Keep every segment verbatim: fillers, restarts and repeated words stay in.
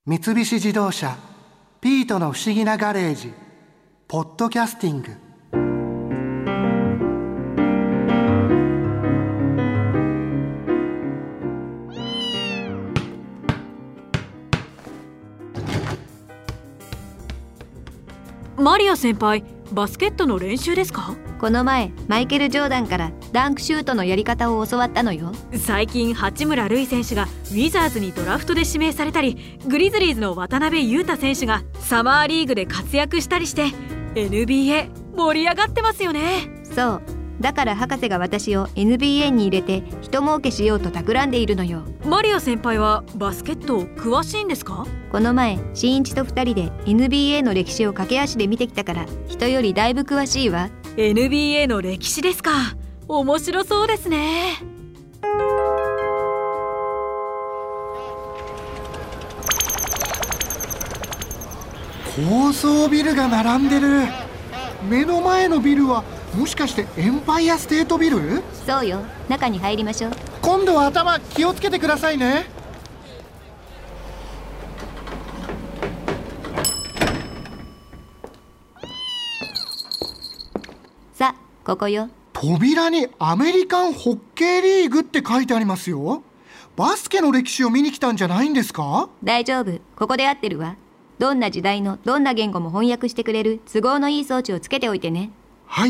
三菱自動車ピートの不思議なガレージポッドキャスティング。 マリア先輩、バスケットの練習ですか？ この前マイケル・ジョーダンからダンクシュートのやり方を教わったのよ。 最近八村塁選手がウィザーズにドラフトで指名されたり、グリズリーズの渡邊雄太選手がサマーリーグで活躍したりして エヌビーエー 盛り上がってますよね。 そう、だから博士が私を エヌビーエー に入れて人儲けしようと企んでいるのよ。 マリア先輩はバスケット詳しいんですか？ この前新一とふたりで エヌビーエー の歴史を駆け足で見てきたから人よりだいぶ詳しいわ。 エヌビーエー の歴史ですか。面白そうですね。 高層ビルが並んでる。目の前のビルはもしかしてエンパイアステートビル？ そうよ、中に入りましょう。 今度は頭気をつけてくださいね。 さあ、ここよ。 扉にアメリカンホッケーリーグって書いてありますよ。バスケの歴史を見に来たんじゃないんですか？ 大丈夫、ここで合ってるわ。どんな時代のどんな言語も翻訳してくれる都合のいい装置をつけておいてね。 はい。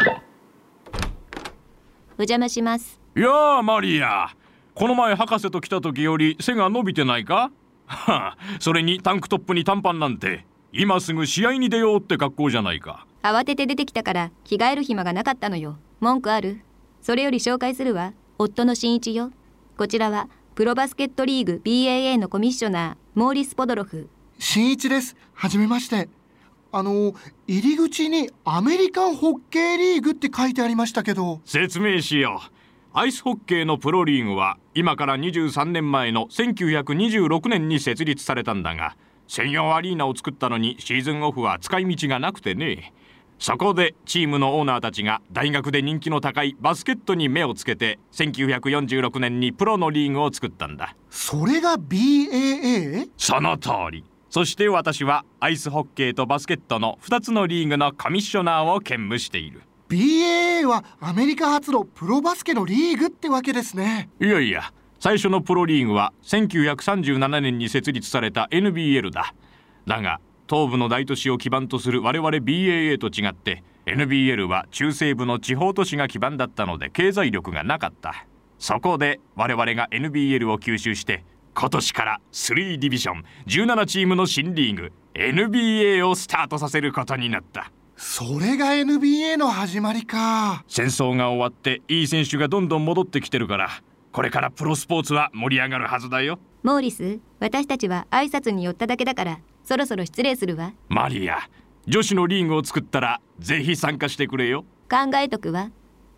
お邪魔します。 いやーマリア、この前博士と来た時より背が伸びてないか？はそれにタンクトップに短パンなんて、今すぐ試合に出ようって格好じゃないか。 慌てて出てきたから着替える暇がなかったのよ。文句ある？それより紹介するわ。夫の新一よ。こちらはプロバスケットリーグ ビーエーエー のコミッショナーモーリス・ポドロフ。 新一です。はじめまして。あの入り口にアメリカンホッケーリーグって書いてありましたけど。 説明しよう。アイスホッケーのプロリーグは今からにじゅうさんねんまえのせんきゅうひゃくにじゅうろくねんに設立されたんだが、専用アリーナを作ったのにシーズンオフは使い道がなくてね。そこでチームのオーナーたちが大学で人気の高いバスケットに目をつけてせんきゅうひゃくよんじゅうろくねんにプロのリーグを作ったんだ。 それが ビーエーエー？ その通り。そして私はアイスホッケーとバスケットのふたつのリーグのコミッショナーを兼務している。 ビーエーエー はアメリカ初のプロバスケのリーグってわけですね。 いやいや、最初のプロリーグはせんきゅうひゃくさんじゅうななねんに設立された エヌビーエル だ。だが東部の大都市を基盤とする我々 ビーエーエー と違って エヌビーエル は中西部の地方都市が基盤だったので経済力がなかった。そこで我々が エヌビーエル を吸収して今年からスリーディビジョンじゅうななチームの新リーグ エヌビーエー をスタートさせることになった。 それが エヌビーエー の始まりか。 戦争が終わっていい選手がどんどん戻ってきてるから、これからプロスポーツは盛り上がるはずだよ。 モーリス、私たちは挨拶に寄っただけだからそろそろ失礼するわ。 マリア、女子のリーグを作ったらぜひ参加してくれよ。 考えとくわ。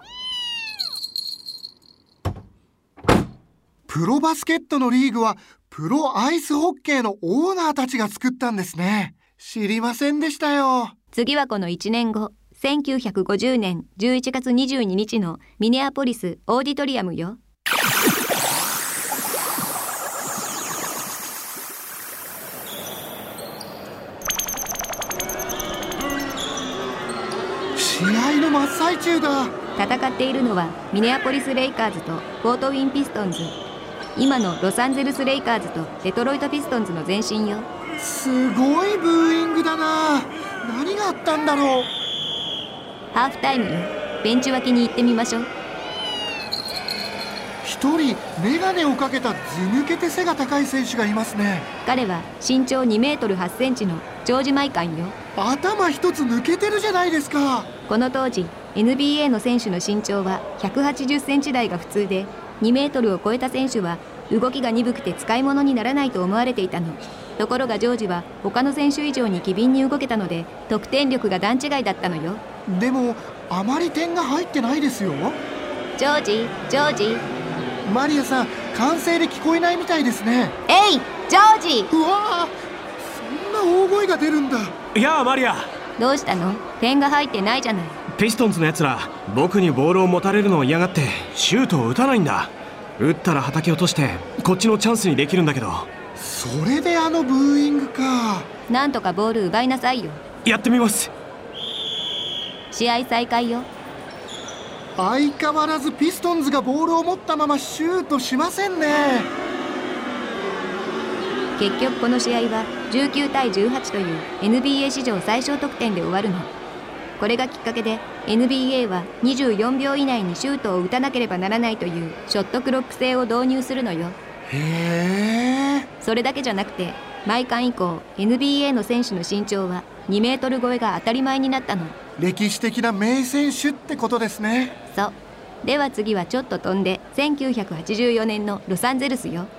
プロバスケットのリーグはプロアイスホッケーのオーナーたちが作ったんですね。知りませんでしたよ。 次はこのいちねんご、せんきゅうひゃくごじゅうねんじゅういちがつにじゅうににちのミネアポリスオーディトリアムよ。 試合の真っ最中だ。 戦っているのはミネアポリスレイカーズとフォートウィンピストンズ。今のロサンゼルスレイカーズとデトロイトピストンズの前身よ。 すごいブーイングだな。何があったんだろう。 ハーフタイムよ。ベンチ脇に行ってみましょう。 一人メガネをかけたず抜けて背が高い選手がいますね。 彼は身長にメートルはちセンチのジョージ・マイカンよ。 頭一つ抜けてるじゃないですか。 この当時 エヌビーエー の選手の身長はひゃくはちじゅっセンチ台が普通で、にメートルを超えた選手は動きが鈍くて使い物にならないと思われていたの。ところがジョージは他の選手以上に機敏に動けたので得点力が段違いだったのよ。 でもあまり点が入ってないですよ。 ジョージ、ジョージ。 マリアさん、歓声で聞こえないみたいですね。 えい、ジョージ。 うわー、そんな大声が出るんだ。 いやあマリア、 どうしたの？点が入ってないじゃない。 ピストンズのやつら僕にボールを持たれるのを嫌がってシュートを打たないんだ。打ったら叩き落としてこっちのチャンスにできるんだけど。 それであのブーイングか。 なんとかボール奪いなさいよ。 やってみます。 試合再開よ。 相変わらずピストンズがボールを持ったままシュートしませんね。 結局この試合はじゅうきゅうたいじゅうはちという エヌビーエー 史上最小得点で終わるの。これがきっかけで エヌビーエー はにじゅうよんびょう以内にシュートを打たなければならないというショットクロック制を導入するのよ。 へえ。 それだけじゃなくて毎回以降 エヌビーエー の選手の身長はにメートル超えが当たり前になったの。 歴史的な名選手ってことですね。 そう。では次はちょっと飛んでせんきゅうひゃくはちじゅうよねんのロサンゼルスよ。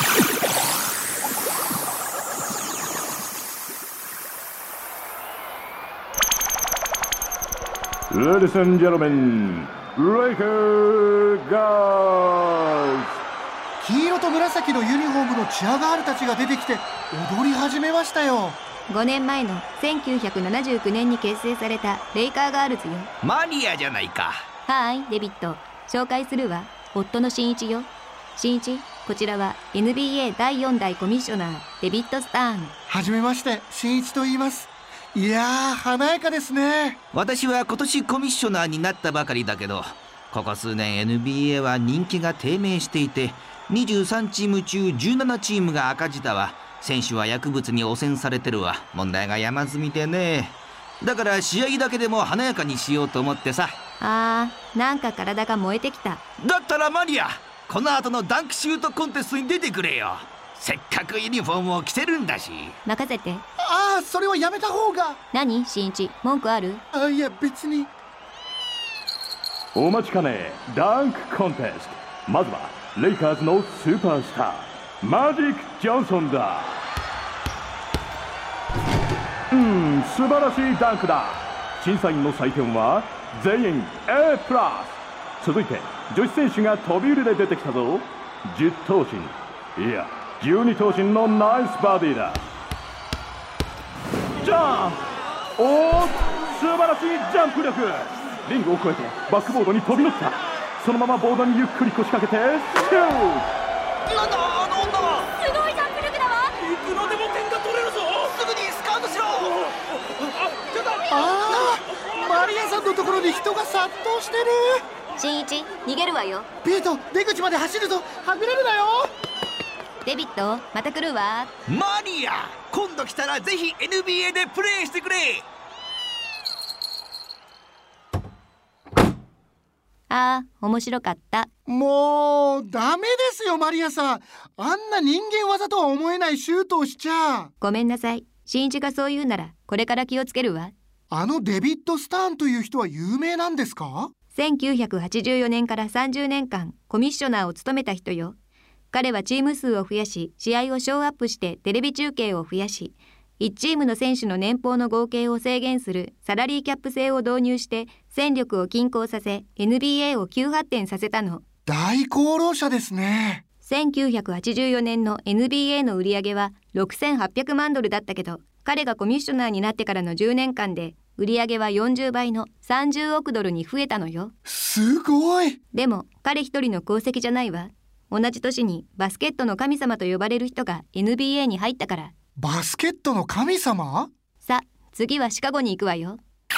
Ladies and gentlemen, Lakers Girls。 黄色と紫のユニフォームのチアガールたちが出てきて踊り始めましたよ。 ごねんまえのせんきゅうひゃくななじゅうきゅうねんに結成されたレイカーガールズよ。 マニアじゃないか。 はーい、デビッド。紹介するわ。夫の新一よ。新一、こちらは エヌビーエー だいよんだいコミッショナーデビッド・スターン。 はじめまして、新一と言います。いやー、華やかですね。 私は今年コミッショナーになったばかりだけど、ここ数年 エヌビーエー は人気が低迷していて、にじゅうさんチーム中じゅうななチームが赤字だわ。選手は薬物に汚染されてるわ。問題が山積みでね。だから試合だけでも華やかにしようと思ってさ。 あー、なんか体が燃えてきた。 だったらマニア、この後のダンクシュートコンテストに出てくれよ。せっかくユニフォームを着てるんだし。 任せて。 ああ、それはやめた方が。 何、新一、文句ある？ あ、いや別に。 お待ちかね、ダンクコンテスト。まずはレイカーズのスーパースターマジック・ジョンソンだ。うん、素晴らしいダンクだ。審査員の採点は全員 A プラス。続いて女子選手が飛び入りで出てきたぞ。じゅう頭身、いやじゅうに頭身のナイスバディだ。ジャンプ、おー、素晴らしいジャンプ力。リングを越えてバックボードに飛び乗った。そのままボードにゆっくり腰掛けてシュート。 なんだあの女は。 すごいジャンプ力だわ。 いつまでも点が取れるぞ。すぐにスカウトしろ。 ああ、マリアさんのところに人が殺到してる。 新一、逃げるわよ。 ピート、出口まで走るぞ。はぐれるなよ。 デビッド、また来るわ。 マニア、今度来たらぜひ エヌビーエー でプレーしてくれ。 あー、面白かった。 もうダメですよマリアさん。あんな人間技とは思えないシュートをしちゃ。 ごめんなさい。新一がそう言うならこれから気をつけるわ。 あのデビッド・スターンという人は有名なんですか？ せんきゅうひゃくはちじゅうよねんからさんじゅうねんかんコミッショナーを務めた人よ。彼はチーム数を増やし、試合をショーアップしてテレビ中継を増やし、いちチームの選手の年俸の合計を制限するサラリーキャップ制を導入して戦力を均衡させ エヌビーエー を急発展させたの。 大功労者ですね。 せんきゅうひゃくはちじゅうよねんの エヌビーエー の売り上げはろくせんはっぴゃくまんドルだったけど、彼がコミッショナーになってからのじゅうねんかんで売り上げはよんじゅうばいのさんじゅうおくドルに増えたのよ。 すごい。 でも彼一人の功績じゃないわ。同じ年にバスケットの神様と呼ばれる人が エヌビーエー に入ったから。 バスケットの神様？ さ、次はシカゴに行くわよ。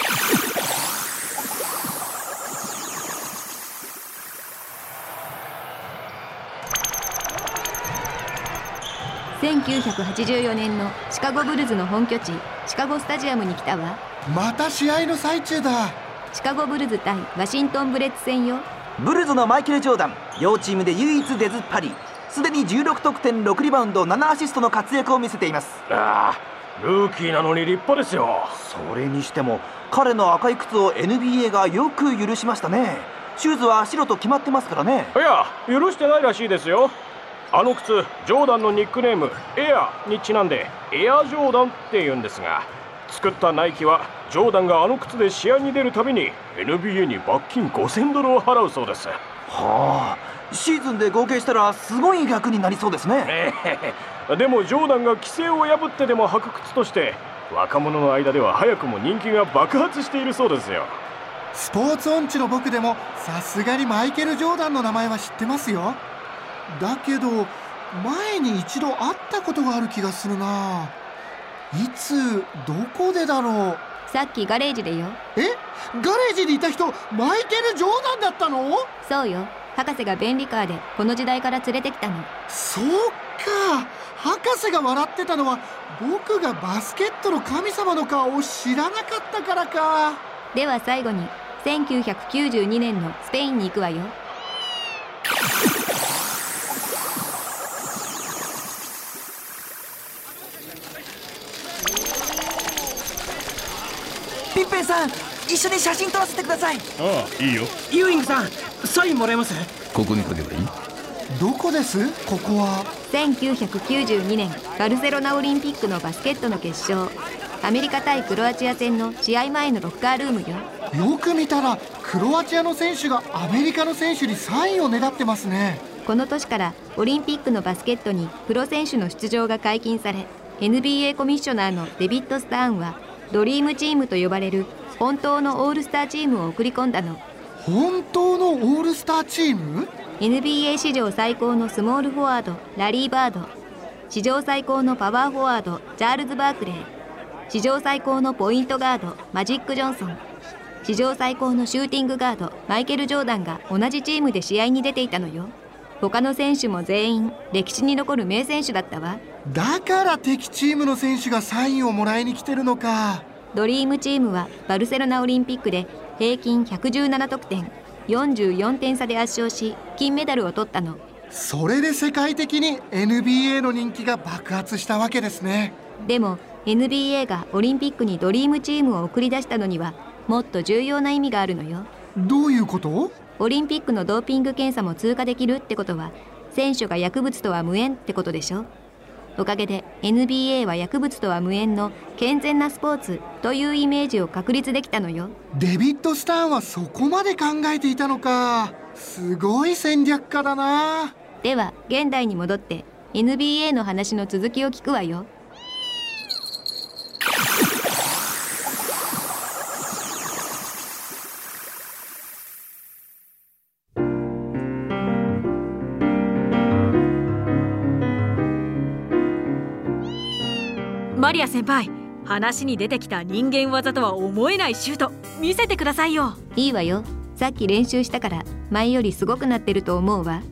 せんきゅうひゃくはちじゅうよねんのシカゴブルズの本拠地シカゴスタジアムに来たわ。 また試合の最中だ。 シカゴブルズ対ワシントンブレッツ戦よ。 ブルズのマイケル・ジョーダン、両チームで唯一出ずっぱり、すでにじゅうろくとくてんろくリバウンドななアシストの活躍を見せています。 ああ、ルーキーなのに立派ですよ。 それにしても彼の赤い靴を エヌビーエー がよく許しましたね。シューズは白と決まってますからね。 いや、許してないらしいですよ。あの靴、ジョーダンのニックネームエアにちなんでエアジョーダンって言うんですが、作ったナイキはジョーダンがあの靴で試合に出るたびに エヌビーエー に罰金ごせんドルを払うそうです。 はあ、シーズンで合計したらすごい額になりそうですね。 ええ、でもジョーダンが規制を破ってでも履く靴として若者の間では早くも人気が爆発しているそうですよ。 スポーツ音痴の僕でもさすがにマイケル・ジョーダンの名前は知ってますよ。だけど前に一度会ったことがある気がするな。いつどこでだろう。 さっきガレージでよ。 え、ガレージにいた人マイケル・ジョーダンだったの？ そうよ。博士が便利カーでこの時代から連れてきたの。 そうか、博士が笑ってたのは僕がバスケットの神様の顔を知らなかったからか。 では最後にせんきゅうひゃくきゅうじゅうにねんのスペインに行くわよ。 ピッペンさん、一緒に写真撮らせてください。 ああ、いいよ。 ユーイングさん、サインもらえます？ ここに来ればいい？ どこです？ここはせんきゅうひゃくきゅうじゅうにねんバルセロナオリンピックのバスケットの決勝、アメリカ対クロアチア戦の試合前のロッカールームよ。 よく見たらクロアチアの選手がアメリカの選手にサインをねだってますね。 この年からオリンピックのバスケットにプロ選手の出場が解禁され、 エヌビーエー コミッショナーのデビッド・スターンはドリームチームと呼ばれる本当のオールスターチームを送り込んだの。 本当のオールスターチーム？ エヌビーエー 史上最高のスモールフォワードラリー・バード、史上最高のパワーフォワードチャールズ・バークレー、史上最高のポイントガードマジック・ジョンソン、史上最高のシューティングガードマイケル・ジョーダンが同じチームで試合に出ていたのよ。他の選手も全員歴史に残る名選手だったわ。 だから敵チームの選手がサインをもらいに来てるのか。 ドリームチームはバルセロナオリンピックで平均ひゃくじゅうなな得点、よんじゅうよんてん差で圧勝し金メダルを取ったの。 それで世界的に エヌビーエー の人気が爆発したわけですね。 でも エヌビーエー がオリンピックにドリームチームを送り出したのにはもっと重要な意味があるのよ。 どういうこと？ オリンピックのドーピング検査も通過できるってことは選手が薬物とは無縁ってことでしょ。おかげで エヌビーエー は薬物とは無縁の健全なスポーツというイメージを確立できたのよ。 デビッド・スターンはそこまで考えていたのか。すごい戦略家だな。 では現代に戻って エヌビーエー の話の続きを聞くわよ。 マリア先輩、話に出てきた人間技とは思えないシュート見せてくださいよ。 いいわよ。さっき練習したから前よりすごくなってると思うわ。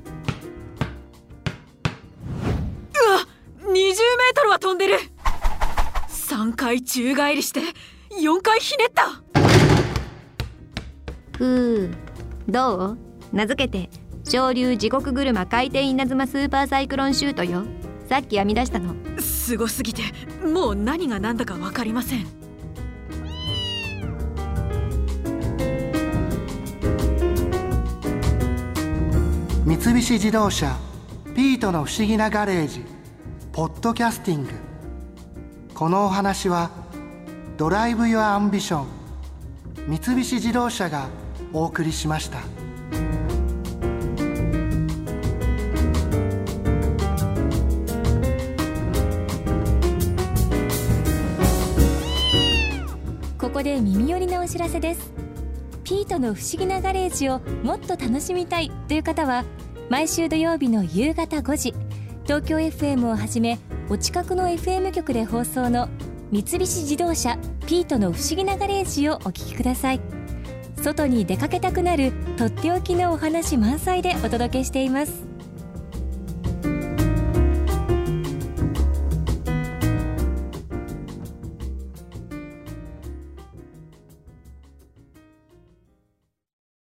うわ、にじゅうメートルは飛んでる。さんかい宙返りしてよんかいひねった。 ふう、どう？名付けて昇竜地獄車回転稲妻スーパーサイクロンシュートよ。さっき編み出したの。 すごすぎてもう何が何だか分かりません。 三菱自動車ピートの不思議なガレージポッドキャスティング。このお話はドライブ・ユア・アンビション三菱自動車がお送りしました。 ここで耳寄りなお知らせです。ピートの不思議なガレージをもっと楽しみたいという方は毎週土曜日の夕方ごじ、東京 エフエム をはじめお近くの エフエム 局で放送の三菱自動車ピートの不思議なガレージをお聞きください。外に出かけたくなるとっておきのお話満載でお届けしています。